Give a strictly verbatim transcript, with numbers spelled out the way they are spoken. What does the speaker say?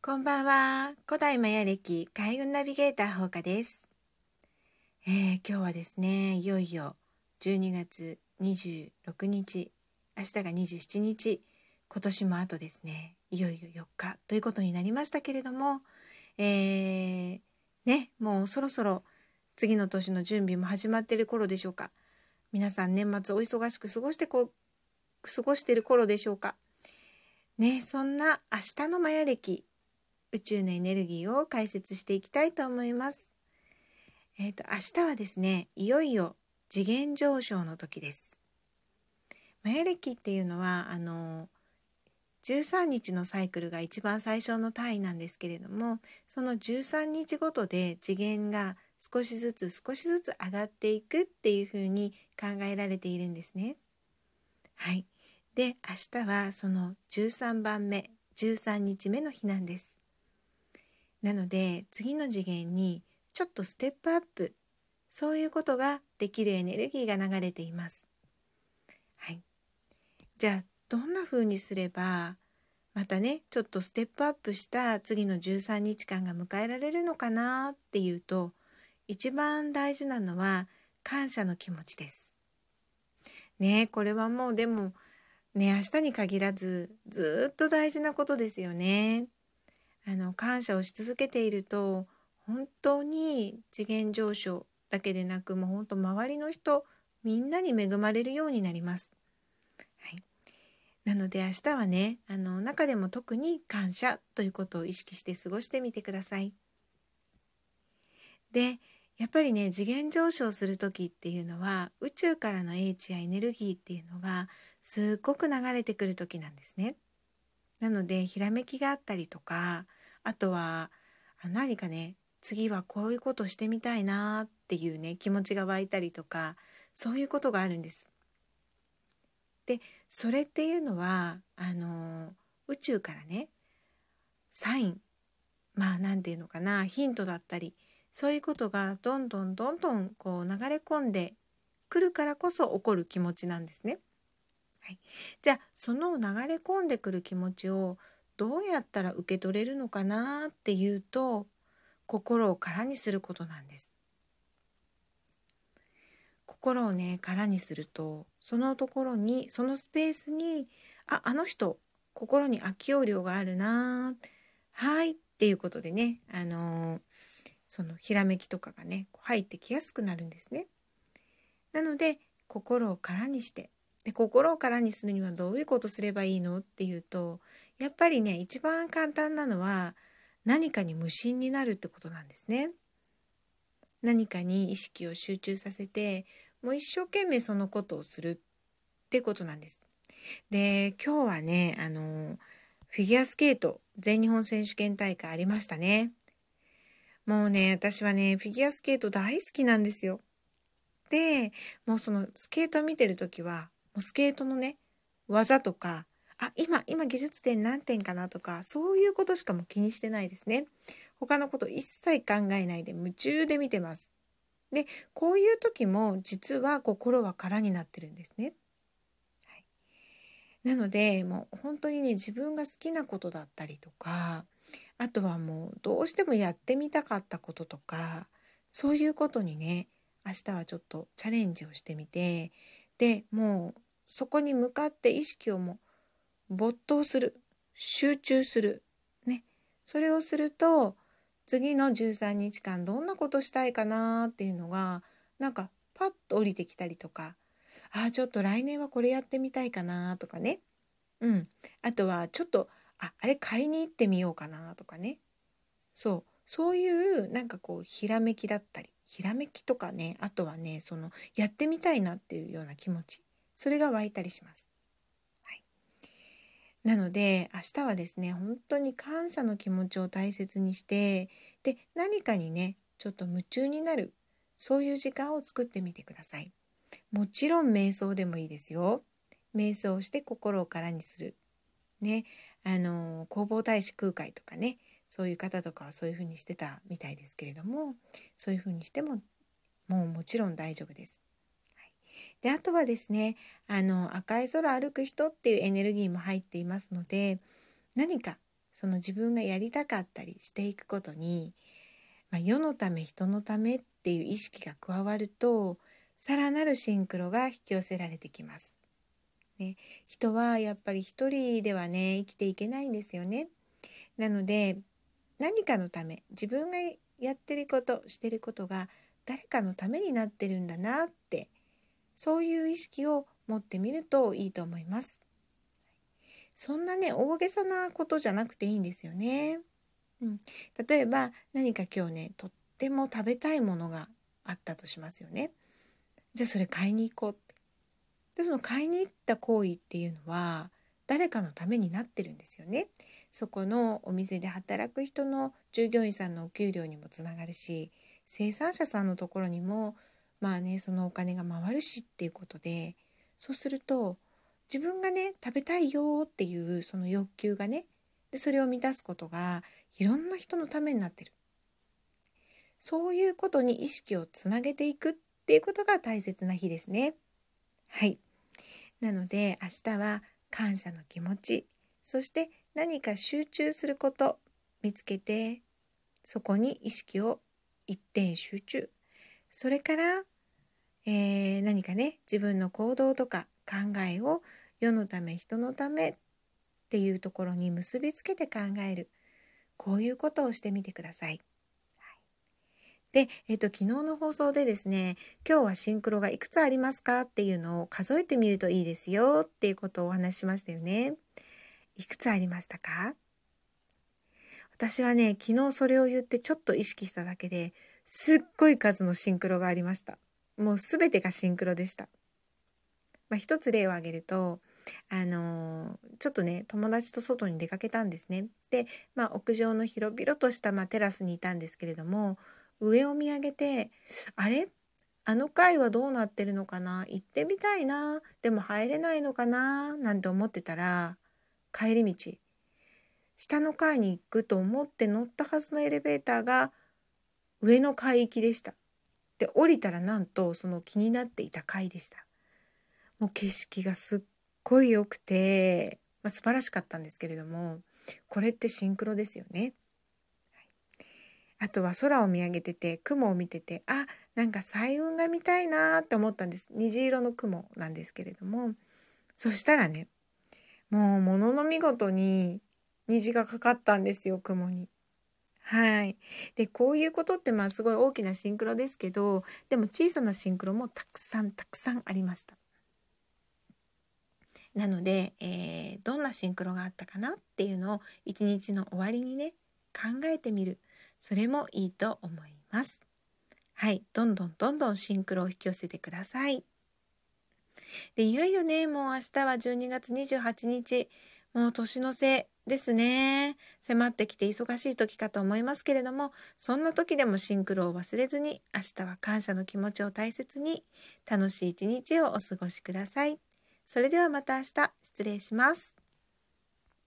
こんばんは。古代マヤ暦開運ナビゲーターほうかです、えー、今日はですね、いよいよじゅうにがつにじゅうろくにち、明日がにじゅうしちにち、今年もあとですね、いよいよよっかということになりましたけれども、えー、ね、もうそろそろ次の年の準備も始まっている頃でしょうか。皆さん年末お忙しく過ごしてこ過ごしている頃でしょうかね。そんな明日のマヤ暦、宇宙のエネルギーを解説していきたいと思います。えっと、明日はですね、いよいよ次元上昇の時です。マヤ暦っていうのは、あの、じゅうさんにちのサイクルが一番最初の単位なんですけれども、そのじゅうさんにちごとで次元が少しずつ少しずつ上がっていくっていうふうに考えられているんですね。はい。で、明日はそのじゅうさんばんめ、じゅうさんにちめの日なんです。なので次の次元にちょっとステップアップ、そういうことができるエネルギーが流れています。はい。じゃあどんな風にすればまたね、ちょっとステップアップした次のじゅうさんにちかんが迎えられるのかなっていうと、一番大事なのは感謝の気持ちです。ね、これはもうでもね、明日に限らずずっと大事なことですよね。あの感謝をし続けていると、本当に次元上昇だけでなく、もう本当周りの人みんなに恵まれるようになります。はい、なので明日はね、あの中でも特に感謝ということを意識して過ごしてみてください。で、やっぱりね、次元上昇する時っていうのは、宇宙からの英知やエネルギーっていうのがすっごく流れてくる時なんですね。なのでひらめきがあったりとか、あとはあ何かね、次はこういうことしてみたいなっていうね、気持ちが湧いたりとか、そういうことがあるんです。で、それっていうのはあの宇宙からね、サイン、まあ何て言うのかな、ヒントだったり、そういうことがどんどんどんどんこう流れ込んでくるからこそ起こる気持ちなんですね。はい、じゃあその流れ込んでくる気持ちをどうやったら受け取れるのかなっていうと、心を空にすることなんです。心をね、空にすると、そのところに、そのスペースに、あ、あの人心に空き容量があるな、はいっていうことでね、あのーそのひらめきとかがね入ってきやすくなるんですね。なので心を空にして、で心を空にするにはどういうことすればいいのっていうと、やっぱりね、一番簡単なのは何かに無心になるってことなんですね。何かに意識を集中させて、もう一生懸命そのことをするってことなんです。で、今日はね、あのフィギュアスケート全日本選手権大会ありましたね。もうね、私はね、フィギュアスケート大好きなんですよ。で、もうそのスケートを見てるときは、もうスケートのね、技とか、あ、今、今技術点何点かなとか、そういうことしかもう気にしてないですね。他のこと一切考えないで夢中で見てます。で、こういう時も実は心は空になってるんですね。はい、なので、もう本当にね、自分が好きなことだったりとか、あとはもうどうしてもやってみたかったこととか、そういうことにね、明日はちょっとチャレンジをしてみて、で、もうそこに向かって意識をもう没頭する、集中する、ね。それをすると、次のじゅうさんにちかんどんなことしたいかなっていうのが、なんかパッと降りてきたりとか、ああ、ちょっと来年はこれやってみたいかなとかね。うん。あとはちょっと、あ、あれ買いに行ってみようかなとかね。そう、そういうなんかこうひらめきだったり、ひらめきとかね、あとはね、そのやってみたいなっていうような気持ち、それが湧いたりします。はい。なので明日はですね、本当に感謝の気持ちを大切にして、で、何かにね、ちょっと夢中になる、そういう時間を作ってみてください。もちろん瞑想でもいいですよ。瞑想して心を空にする。ね、あの弘法大師空海とかね、そういう方とかはそういうふうにしてたみたいですけれども、そういうふうにしてももうもちろん大丈夫です。はい、で、あとはですね、あの赤い空歩く人っていうエネルギーも入っていますので、何かその自分がやりたかったりしていくことに、まあ、世のため人のためっていう意識が加わると、さらなるシンクロが引き寄せられてきます。ね、人はやっぱり一人ではね生きていけないんですよね。なので何かのため、自分がやってることしてることが誰かのためになってるんだなって、そういう意識を持ってみるといいと思います。そんなね大げさなことじゃなくていいんですよね。うん、例えば何か今日ねとっても食べたいものがあったとしますよね。じゃあそれ買いに行こうって。でその買いに行った行為っていうのは誰かのためになってるんですよね。そこのお店で働く人の従業員さんのお給料にもつながるし、生産者さんのところにもまあねそのお金が回るしっていうことで、そうすると自分がね食べたいよっていうその欲求がね、でそれを満たすことがいろんな人のためになってる。そういうことに意識をつなげていくっていうことが大切な日ですね。はい。なので明日は感謝の気持ち、そして何か集中すること見つけて、そこに意識を一点集中。それから、えー何かね自分の行動とか考えを世のため人のためっていうところに結びつけて考える。こういうことをしてみてください。で、えっと、昨日の放送でですね、今日はシンクロがいくつありますかっていうのを数えてみるといいですよっていうことをお話ししましたよね。いくつありましたか？私はね、昨日それを言ってちょっと意識しただけですっごい数のシンクロがありました。もうすべてがシンクロでした。まあ、一つ例を挙げると、あのーちょっとね、友達と外に出かけたんですね。で、まあ、屋上の広々とした、まあ、テラスにいたんですけれども、上を見上げて、あれあの階はどうなってるのかな、行ってみたいな、でも入れないのかななんて思ってたら、帰り道、下の階に行くと思って乗ったはずのエレベーターが上の階行きでした。で、降りたらなんとその気になっていた階でした。もう景色がすっごい良くて、まあ、素晴らしかったんですけれども、これってシンクロですよね。あとは空を見上げてて、雲を見てて、あ、なんか彩雲が見たいなって思ったんです。虹色の雲なんですけれども、そしたらね、もうものの見事に虹がかかったんですよ、雲に。はい。で、こういうことってまあすごい大きなシンクロですけど、でも小さなシンクロもたくさんたくさんありました。なので、えーどんなシンクロがあったかなっていうのを一日の終わりにね、考えてみる。それもいいと思います。はい。どんどんどんどんシンクロを引き寄せてください。で、いよいよね、もう明日はじゅうにがつにじゅうはちにち、もう年の瀬ですね。迫ってきて忙しい時かと思いますけれども、そんな時でもシンクロを忘れずに、明日は感謝の気持ちを大切に、楽しい一日をお過ごしください。それではまた明日、失礼します。